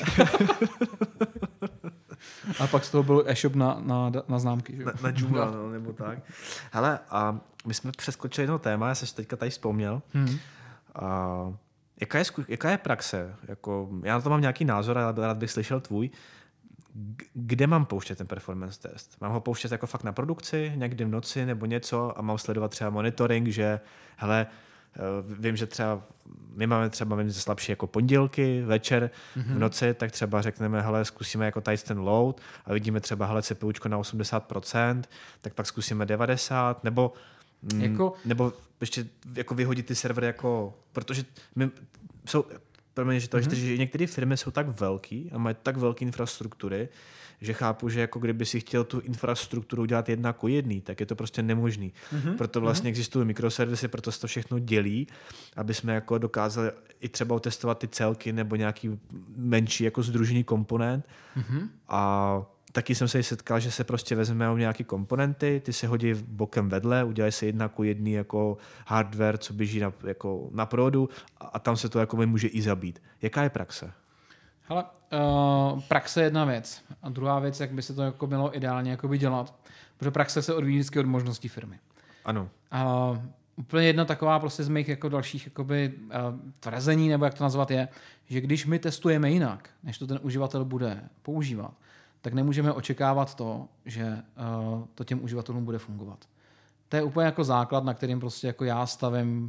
A pak z toho byl e-shop na, na, na známky. Že? Na, na Joomla, no, nebo tak. Hele, a my jsme přeskočili jedno téma, já jsem si teďka tady vzpomněl. Hmm. A jaká, je, jaká je praxe? Jako, já na to mám nějaký názor, ale rád bych slyšel tvůj. Kde mám pouštět ten performance test? Mám ho pouštět jako fakt na produkci, někdy v noci nebo něco a mám sledovat třeba monitoring, že hele, vím, že třeba my máme třeba vím, že slabší jako pondělky, večer, mm-hmm. v noci, tak třeba řekneme, hele, zkusíme jako tady ten load a vidíme třeba, hele, CPUčko na osmdesát procent, tak pak zkusíme devadesát, nebo, jako... nebo ještě jako vyhodit ty servery, jako, protože my, jsou, promiň, že to, mm-hmm. že některé firmy jsou tak velký a mají tak velké infrastruktury, že chápu, že jako kdyby si chtěl tu infrastrukturu udělat jedna ku jedný, tak je to prostě nemožný. Mm-hmm. Proto vlastně mm-hmm. existují mikroservisy, proto se to všechno dělí, aby jsme jako dokázali i třeba otestovat ty celky nebo nějaký menší jako sdružený komponent. Mm-hmm. A taky jsem se setkal, že se prostě vezmou nějaké komponenty, ty se hodí bokem vedle, udělají se jedna ku jedný jako hardware, co běží na, jako na produ a, a tam se to jako může i zabít. Jaká je praxe? Hele, uh, praxe je jedna věc. A druhá věc, jak by se to jako mělo ideálně jakoby dělat. Protože praxe se odvíjí vždycky od možností firmy. Ano. Uh, úplně jedna taková prostě z mých jako dalších jakoby, uh, tvrzení, nebo jak to nazvat je, že když my testujeme jinak, než to ten uživatel bude používat, tak nemůžeme očekávat to, že uh, to těm uživatelům bude fungovat. To je úplně jako základ, na kterým prostě jako já stavím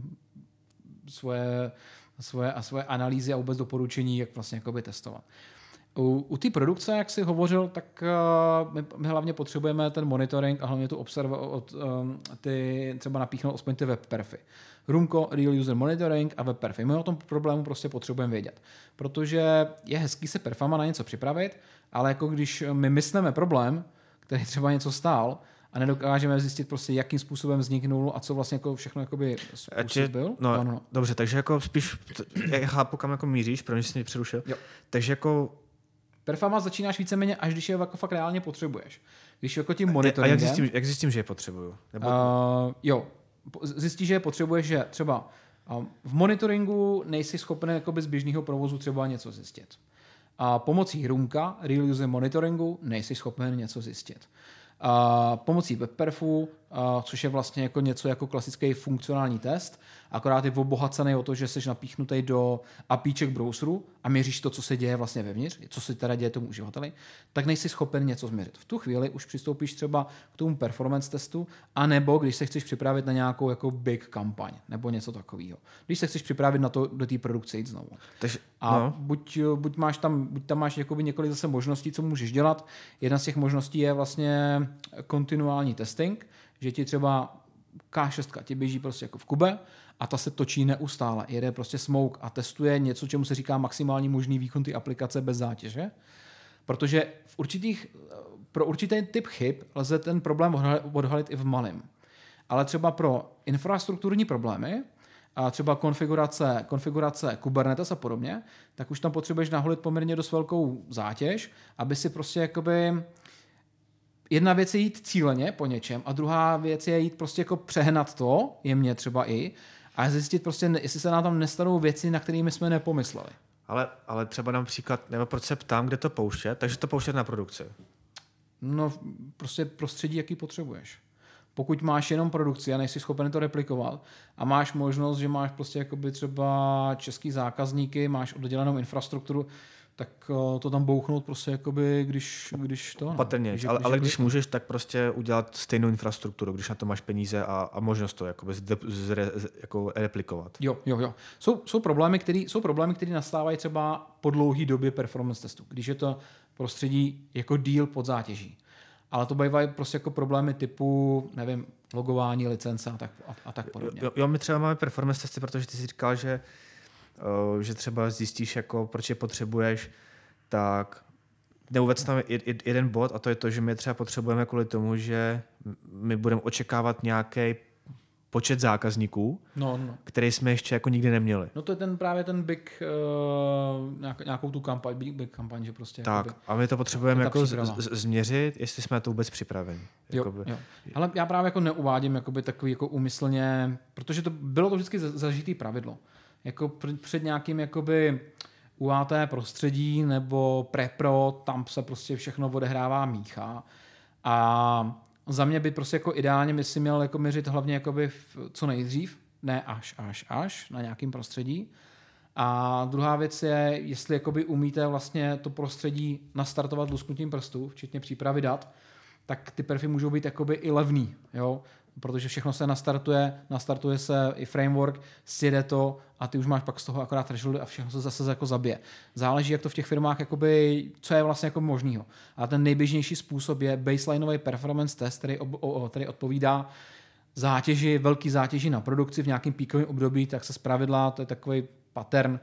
svoje, svoje, a svoje analýzy a vůbec doporučení, jak vlastně jakoby testovat. U, u té produkce, jak jsi hovořil, tak uh, my, my hlavně potřebujeme ten monitoring a hlavně tu observa od um, ty třeba napíchnout aspoň ty web perfy. Rumco, Real User Monitoring a web perfy. My o tom problému prostě potřebujeme vědět. Protože je hezký se perfama na něco připravit, ale jako když my myslíme problém, který třeba něco stál, a nedokážeme zjistit prostě, jakým způsobem vzniknul a co vlastně jako všechno jakoby způsobil. No, no, no. Dobře, takže jako spíš, já chápu, kam jako míříš, protože jsi mě přerušil. Jo. Takže jako perfama začínáš víceméně, až když je jako fakt reálně potřebuješ. Když jako tím monitoringem... A jak zjistím, jak zjistím, že je potřebuju? Nebo... Uh, jo, zjistíš, že je potřebuješ, že třeba uh, v monitoringu nejsi schopen jakoby z běžného provozu třeba něco zjistit. A pomocí Rumka, Real User Monitoringu, nejsi schopen něco zjistit. A pomocí webperfu, a což je vlastně jako něco jako klasický funkcionální test, akorát je obohacený o to, že jsi napíchnutý do APIček browseru a měříš to, co se děje vlastně vevnitř, co se teda děje tomu uživateli, tak nejsi schopen něco změřit. V tu chvíli už přistoupíš třeba k tomu performance testu, anebo když se chceš připravit na nějakou jako big kampaň, nebo něco takového. Když se chceš připravit na to do té produkce jít znovu. Takže, a no. buď, buď, máš tam, buď tam máš jakoby několik zase možností, co můžeš dělat. Jedna z těch možností je vlastně kontinuální testing, že ti třeba ká šest ti běží prostě jako v kube a ta se točí neustále. Jede prostě smoke a testuje něco, čemu se říká maximální možný výkon ty aplikace bez zátěže. Protože v určitých, pro určitý typ chyb lze ten problém odhalit i v malém. Ale třeba pro infrastrukturní problémy, a třeba konfigurace, konfigurace Kubernetes a podobně, tak už tam potřebuješ naholit poměrně dost velkou zátěž, aby si prostě jakoby... Jedna věc je jít cíleně po něčem a druhá věc je jít prostě jako přehnat to, jemně třeba i, a zjistit prostě, jestli se nám tam nestanou věci, na kterými jsme nepomysleli. Ale, ale třeba například, nebo proč se ptám, kde to pouštět, takže to pouštět na produkci. No prostě prostředí, jaký potřebuješ. Pokud máš jenom produkci a nejsi schopen to replikovat a máš možnost, že máš prostě jakoby třeba český zákazníky, máš oddělenou infrastrukturu, tak to tam bouchnout prostě jakoby, když, když to... Patrně, když, ale, ale když můžeš, tak prostě udělat stejnou infrastrukturu, když na to máš peníze a, a možnost to jakoby zde, zre, jako replikovat. Jo, jo, jo. Jsou, jsou problémy, které jsou problémy, které nastávají třeba po dlouhé době performance testu, když je to prostředí jako deal pod zátěží. Ale to bývají prostě jako problémy typu, nevím, logování, licence a tak, a, a tak podobně. Jo, jo, my třeba máme performance testy, protože ty jsi říkal, že Uh, že třeba zjistíš, jako, proč je potřebuješ, tak neuvedl tam jeden bod a to je to, že my třeba potřebujeme kvůli tomu, že my budeme očekávat nějaký počet zákazníků, no, no. který jsme ještě jako nikdy neměli. No to je ten právě ten big, uh, nějak, nějakou tu kampaň, big, big kampaň, že prostě... Tak jakoby, a my to potřebujeme jako z, z, změřit, jestli jsme na to vůbec připraveni. Jo, jo. Ale já právě jako neuvádím jakoby takový jako úmyslně, protože to bylo to vždycky zažitý pravidlo. Jako před nějakým jakoby U A T prostředí nebo prepro, tam se prostě všechno odehrává mícha. A za mě by prostě jako ideálně by si měl jako měřit hlavně jakoby co nejdřív, ne až, až, až na nějakým prostředí. A druhá věc je, jestli jakoby umíte vlastně to prostředí nastartovat lusknutím prstů, včetně přípravy dat, tak ty perfy můžou být jakoby i levný, jo? Protože všechno se nastartuje, nastartuje se i framework, sjede to a ty už máš pak z toho akorát thresholdy a všechno se zase jako zabije. Záleží, jak to v těch firmách, jakoby, co je vlastně jako možného. A ten nejběžnější způsob je baselineový performance test, který, ob, o, který odpovídá zátěži, velký zátěži na produkci v nějakém píkovém období, tak se zpravidla, to je takový pattern,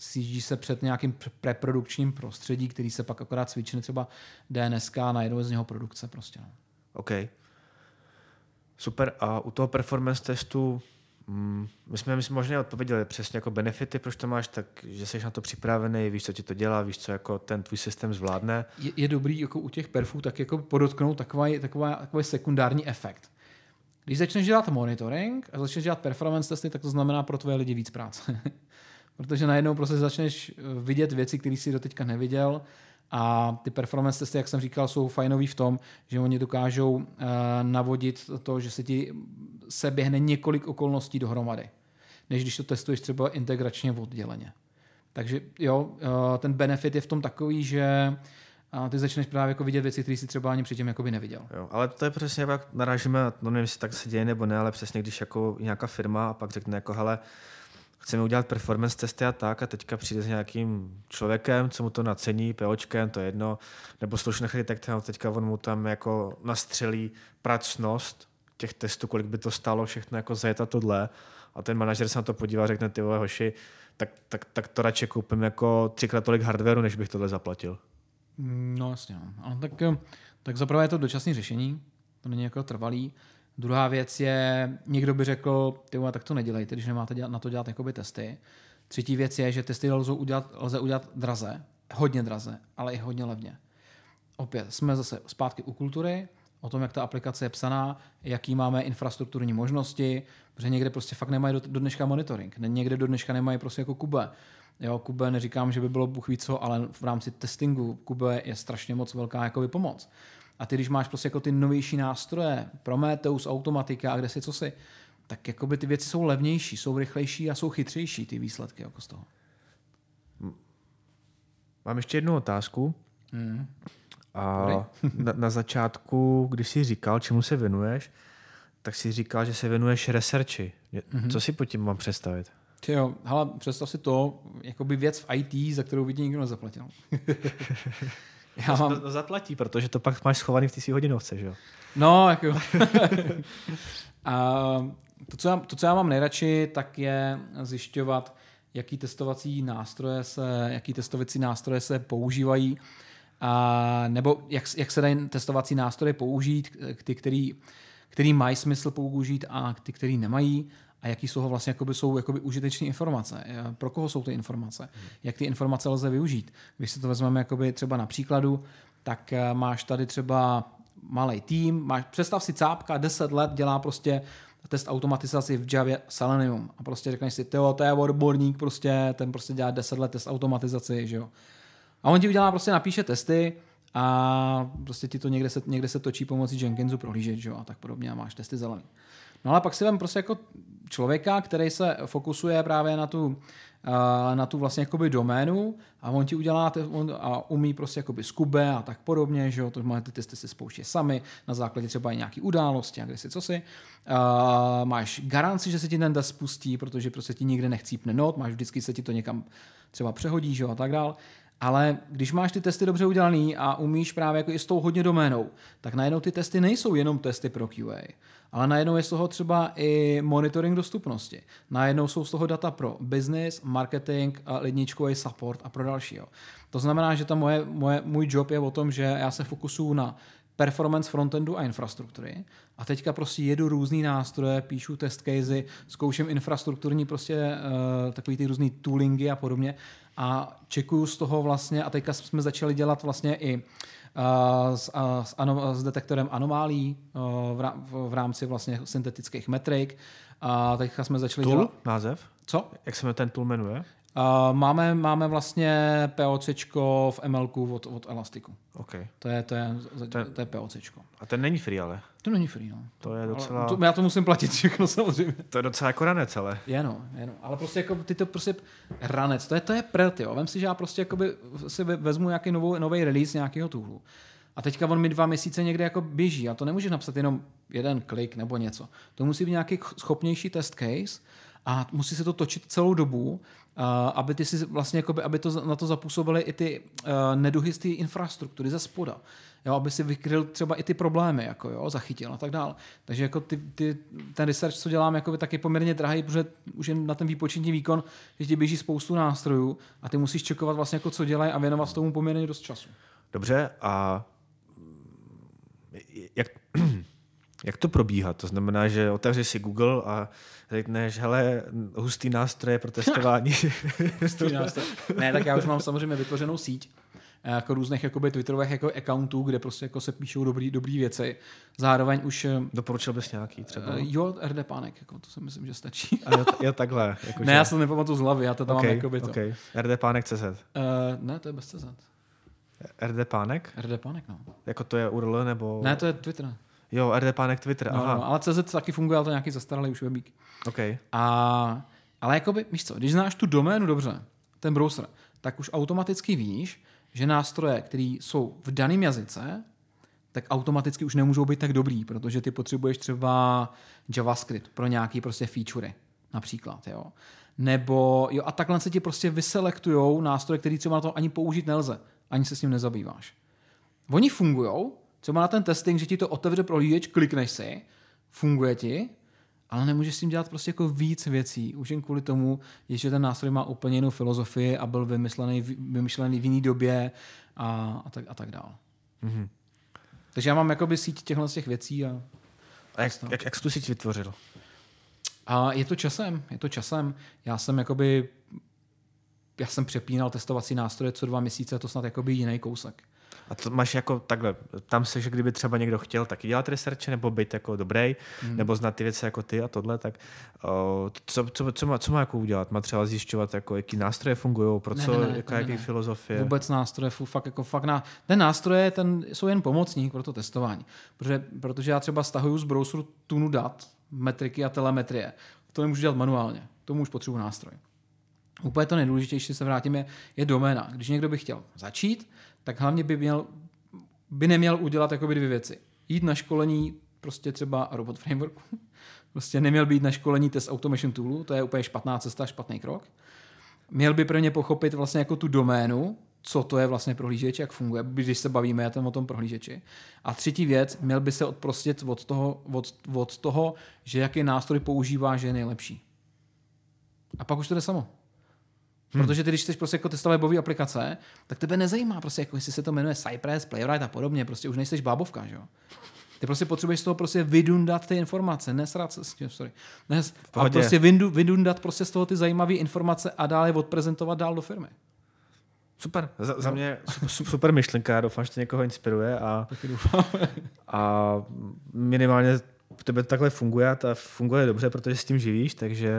sjíždí se před nějakým preprodukčním prostředí, který se pak akorát cvičí třeba D N S K a najednou z něho produkce prostě. No. OK. Super. A u toho performance testu mm, my jsme, my jsme možná odpověděli přesně jako benefity, proč to máš, tak že jsi na to připravený, víš, co ti to dělá, víš, co jako ten tvůj systém zvládne. Je, je dobrý jako u těch perfů tak jako podotknout takový, takový, takový sekundární efekt. Když začneš dělat monitoring a začneš dělat performance testy, tak to znamená pro tvoje lidi víc práce. Protože najednou prostě začneš vidět věci, které jsi doteďka neviděl a ty performance testy, jak jsem říkal, jsou fajnový v tom, že oni dokážou uh, navodit to, že se ti se běhne několik okolností dohromady, než když to testuješ třeba integračně odděleně. Takže jo, uh, ten benefit je v tom takový, že a ty začneš právě jako vidět věci, které jsi třeba ani předtím jakoby neviděl. Jo, ale to je přesně, jak narážíme, no nevím, jestli tak se děje nebo ne, ale přesně když jako nějaká firma a pak řekne jako, hele, chceme udělat performance testy a tak a teďka přijde s nějakým člověkem, co mu to nacení, POčkem, to je jedno, nebo slušný architektem, teďka on mu tam jako nastřelí pracnost těch testů, kolik by to stálo všechno jako zajet a tohle a ten manažer se na to podívá a řekne, ty vole hoši, tak, tak, tak to radši koupím jako třikrát tolik hardwareu, než bych tohle zaplatil. No jasně, no. Ale tak, tak zaprvé je to dočasné řešení, to není jako trvalý. Druhá věc je, někdo by řekl, ty vole, tak to nedělejte, když nemáte dělat, na to dělat jakoby testy. Třetí věc je, že testy lze udělat, lze udělat draze, hodně draze, ale i hodně levně. Opět jsme zase zpátky u kultury, o tom, jak ta aplikace je psaná, jaký máme infrastrukturní možnosti, protože někde prostě fakt nemají do, do dneška monitoring, někde do dneška nemají prostě jako Kube. Jo, Kube neříkám, že by bylo bůh ví co, ale v rámci testingu Kube je strašně moc velká jakoby pomoc. A ty, když máš prostě jako ty novější nástroje, Prometheus, Automatika a kde si co si, tak jakoby ty věci jsou levnější, jsou rychlejší a jsou chytřejší ty výsledky jako z toho. Mám ještě jednu otázku. Mm. A na, na začátku, když jsi říkal, čemu se věnuješ, tak jsi říkal, že se věnuješ researchi. Mm-hmm. Co si pod tím mám představit? Jo, hele, představ si to, jakoby věc v í té, za kterou by ti nikdo nezaplatil. Já mám... no, zaplatí, protože to pak máš schovaný v té svý hodinovce, že jo? No, jako... A to, co já, to, co já mám nejradši, tak je zjišťovat, jaký testovací nástroje se, jaký testovací nástroje se používají, a, nebo jak, jak se dají testovací nástroje použít, ty, který, který mají smysl použít a ty, který nemají, a jaký z toho vlastně jakoby jsou jakoby užitečné informace. Pro koho jsou ty informace? Jak ty informace lze využít? Když si to vezmeme jakoby třeba na příkladu, tak máš tady třeba malý tým, máš, představ si cápka, deset let dělá prostě test automatizaci v Javě Selenium a prostě řekneš si, tyjo, to je odborník, prostě, ten prostě dělá deset let test automatizaci, že jo. A on ti udělá, prostě napíše testy a prostě ti to někde se, někde se točí pomocí Jenkinsu prohlížet, že jo, a tak podobně a máš testy zelený. No ale pak si vem prostě jako člověka, který se fokusuje právě na tu, na tu vlastně jakoby doménu a on ti udělá on, a umí prostě jakoby z Kube a tak podobně, že jo, to máte ty testy si spouští sami na základě třeba i nějaký události a kde si co si. Uh, máš garanci, že se ti ten test spustí, protože prostě ti nikde nechcípne not, máš vždycky se ti to někam třeba přehodí, že jo, a tak dál. Ale když máš ty testy dobře udělaný a umíš právě jako i s tou hodně doménou, tak najednou ty testy nejsou jenom testy pro Q A, ale najednou je z toho třeba i monitoring dostupnosti. Najednou jsou z toho data pro business, marketing, lidničkový support a pro dalšího. To znamená, že ta moje, moje, můj job je o tom, že já se fokusuju na performance frontendu a infrastruktury a teďka prostě jedu různý nástroje, píšu test casey, zkouším infrastrukturní prostě uh, takový ty různý toolingy a podobně a čekuju z toho vlastně a teďka jsme začali dělat vlastně i uh, s, uh, s, ano, s detektorem anomálí uh, v, rá, v rámci vlastně syntetických metrik a teďka jsme začali tool? dělat... Název? Co? Jak se ten tool jmenuje? Uh, máme, máme vlastně POCčko v MLku od, od Elastiku. Okay. To je, to je, ten, to je POCčko. A ten není free, ale? To není free, no. To je docela... To, já to musím platit všechno samozřejmě. To je docela jako ranec, ale. Je no, je no. Ale prostě jako ty to prostě ranec, to je, to je prd, jo. Vem si, že já prostě jakoby si vezmu nějaký novou, nový release nějakého toolu. A teďka on mi dva měsíce někde jako běží a to nemůžeš napsat jenom jeden klik nebo něco. To musí být nějaký schopnější test case a musí se to točit celou dobu, uh, aby ty si vlastně jakoby, aby to na to zapůsobily i ty uh, neduhy z té infrastruktury ze spoda. Jo, aby si vykryl třeba i ty problémy, jako jo, zachytil a tak dál. Takže jako ty, ty, ten research, co dělám, jako tak je poměrně drahý, protože už je na ten výpočetní výkon, že ti běží spoustu nástrojů a ty musíš čekovat vlastně, jako co dělají a věnovat tomu poměrně dost času. Dobře, a jak, jak to probíhá? To znamená, že otevřeš si Google a řekneš, hele, hustý nástroje pro testování. hustý nástroj. Ne, tak já už mám samozřejmě vytvořenou síť jako různých jakoby twitterových jako accountů, kde prostě jako se píšou dobrý, dobrý věci. Zároveň už... Doporučil bys nějaký třeba? Jo, R D Pánek, jako to si myslím, že stačí. A jo, jo takhle. Jako ne, že... já se to nepamatuju z hlavy, já to tam okay, mám jakoby to. Okay. R D Pánek tečka cé zet. Uh, ne, to je bez C Z. R D Pánek? R D Pánek, no. Jako to je U R L nebo... Ne, to je Twitter. Jo, R D Pánek Twitter, no, aha. No, ale C Z taky funguje, ale to je nějaký zastaralý už webík. Okay. A, ale jakoby, víš co, když znáš tu doménu dobře, ten browser, tak už automaticky víš, že nástroje, které jsou v daném jazyce, tak automaticky už nemůžou být tak dobrý, protože ty potřebuješ třeba JavaScript pro nějaký prostě featurey, například, jo. Nebo, jo, a takhle se ti prostě vyselektujou nástroje, které třeba na to ani použít nelze, ani se s ním nezabýváš. Oni fungujou, třeba na ten testing, že ti to otevře prohlížeč, klikneš si, funguje ti, ale nemůžeš s tím dělat prostě jako víc věcí. Už jen kvůli tomu, že ten nástroj má úplně jinou filozofii a byl vymyslený, vymyšlený v jiné době a, a, tak, a tak dál. Mm-hmm. Takže já mám jakoby síť těchto z těch věcí. A, a jak, jak, jak jsi tu síť vytvořil? A je to časem, je to časem. Já jsem jakoby, já jsem přepínal testovací nástroje co dva měsíce, to snad jakoby jiný kousek. A to máš jako takhle, tam se, že kdyby třeba někdo chtěl taky dělat researche, nebo být jako dobrý, mm. nebo znát ty věci jako ty a tohle, tak o, co, co, co, má, co má jako udělat? Má třeba zjišťovat, jako, jaký nástroje fungují, pro co, ne, ne, jaká ne, je filozofie? Vůbec nástroje, fakt, jako fakt na, ten nástroje ten, jsou jen pomocník pro to testování. Protože, protože já třeba stahuju z browseru tunu dat, metriky a telemetrie. To nemůžu dělat manuálně, tomu už potřebuji nástroj. Úplně to nejdůležitější, se vrátím, je, je doména. Když někdo by chtěl začít, tak hlavně by, měl, by neměl udělat jakoby dvě věci. Jít na školení prostě třeba robot frameworku. Prostě neměl být na školení test automation toolu, to je úplně špatná cesta, špatný krok. Měl by pro ně pochopit vlastně jako tu doménu, co to je vlastně prohlížeč, jak funguje, když se bavíme o tom prohlížeči. A třetí věc, měl by se odprostit od toho, od, od toho, že jaký nástroj používá, že je nejlepší. A pak už to jde samo. Hmm. Protože ty, když chceš prostě jako testovat webové aplikace, tak tebe nezajímá prostě, jako jestli se to jmenuje Cypress, Playwright a podobně, prostě už nejseš bábovka, že jo. Ty prostě potřebuješ z toho prostě vydundat ty informace, nesrat se s tím, sorry. Nes, a prostě vydundat prostě z toho ty zajímavé informace a dále je odprezentovat dál do firmy. Super, za, za mě super myšlenka, doufám, že to někoho inspiruje a, a minimálně u tebe takhle funguje a to funguje dobře, protože s tím živíš, takže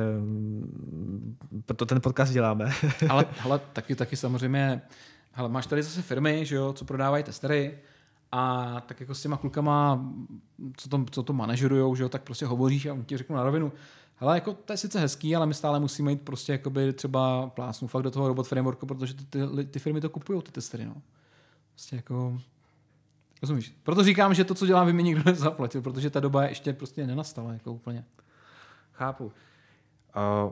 proto ten podcast děláme. ale hele, taky, taky samozřejmě, hele, máš tady zase firmy, že jo, co prodávají testery a tak jako s těma klukama, co to, co to manažerujou, že jo, tak prostě hovoříš a on ti řeknu na rovinu, hele, jako to je sice hezký, ale my stále musíme jít prostě jakoby třeba plásnu fakt do toho robot frameworku, protože ty, ty, ty firmy to kupují, ty testery, no. Prostě jako... Rozumíš? Proto říkám, že to, co dělám, by mi nikdo nezaplatil, protože ta doba ještě prostě nenastala jako úplně. Chápu. Uh,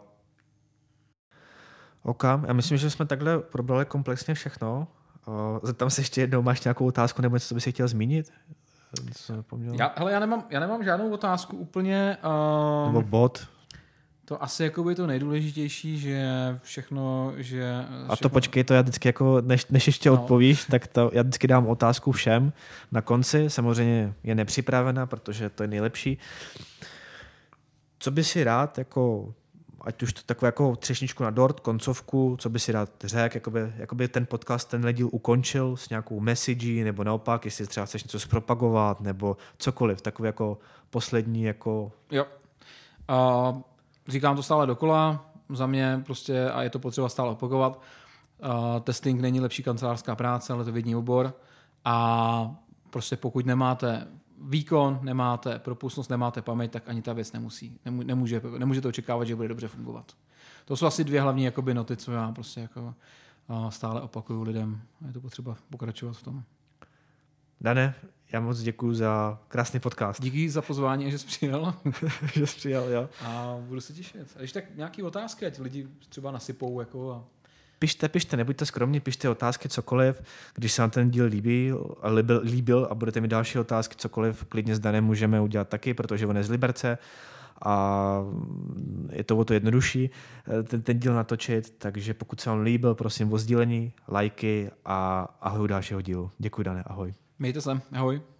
OK, já myslím, že jsme takhle probrali komplexně všechno. Uh, zeptám se ještě jednou, máš nějakou otázku nebo něco, co bys chtěl zmínit? Já, hele, já, nemám, já nemám žádnou otázku úplně. Uh, nebo bod? To asi jako by to nejdůležitější, že všechno, že... A to počkej, to já vždycky jako, než, než ještě no. odpovíš, tak to já vždycky dám otázku všem na konci, samozřejmě je nepřipravená, protože to je nejlepší. Co by si rád, jako, ať už to takové jako třešničku na dort, koncovku, co by si rád řekl, jakoby, jakoby ten podcast, ten díl ukončil s nějakou message, nebo naopak, jestli třeba chceš něco zpropagovat, nebo cokoliv, takové jako poslední, jako... Jo. Uh... Říkám to stále dokola, za mě prostě, a je to potřeba stále opakovat, uh, testing není lepší kancelářská práce, ale to vědní obor a prostě pokud nemáte výkon, nemáte propustnost, nemáte paměť, tak ani ta věc nemusí, nemůže, nemůžete očekávat, že bude dobře fungovat. To jsou asi dvě hlavní jakoby noty, co já prostě jako uh, stále opakuju lidem a je to potřeba pokračovat v tom. Dane, já moc děkuju za krásný podcast. Díky za pozvání, že jsi přijel. že jsi přijel, jo. A budu se těšit. A když tak nějaký otázky, ať lidi třeba nasypou. Jako a... Pište, pište, nebuďte skromní, pište otázky, cokoliv. Když se vám ten díl líbí, líbil, líbil a budete mít další otázky, cokoliv, klidně s Danem můžeme udělat taky, protože on je z Liberce a je to o to jednodušší ten, ten díl natočit, takže pokud se vám líbil, prosím o sdílení, lajky a ahoj u dalšího dílu. Děkuji, Dane, ahoj. Mějte se, ahoj.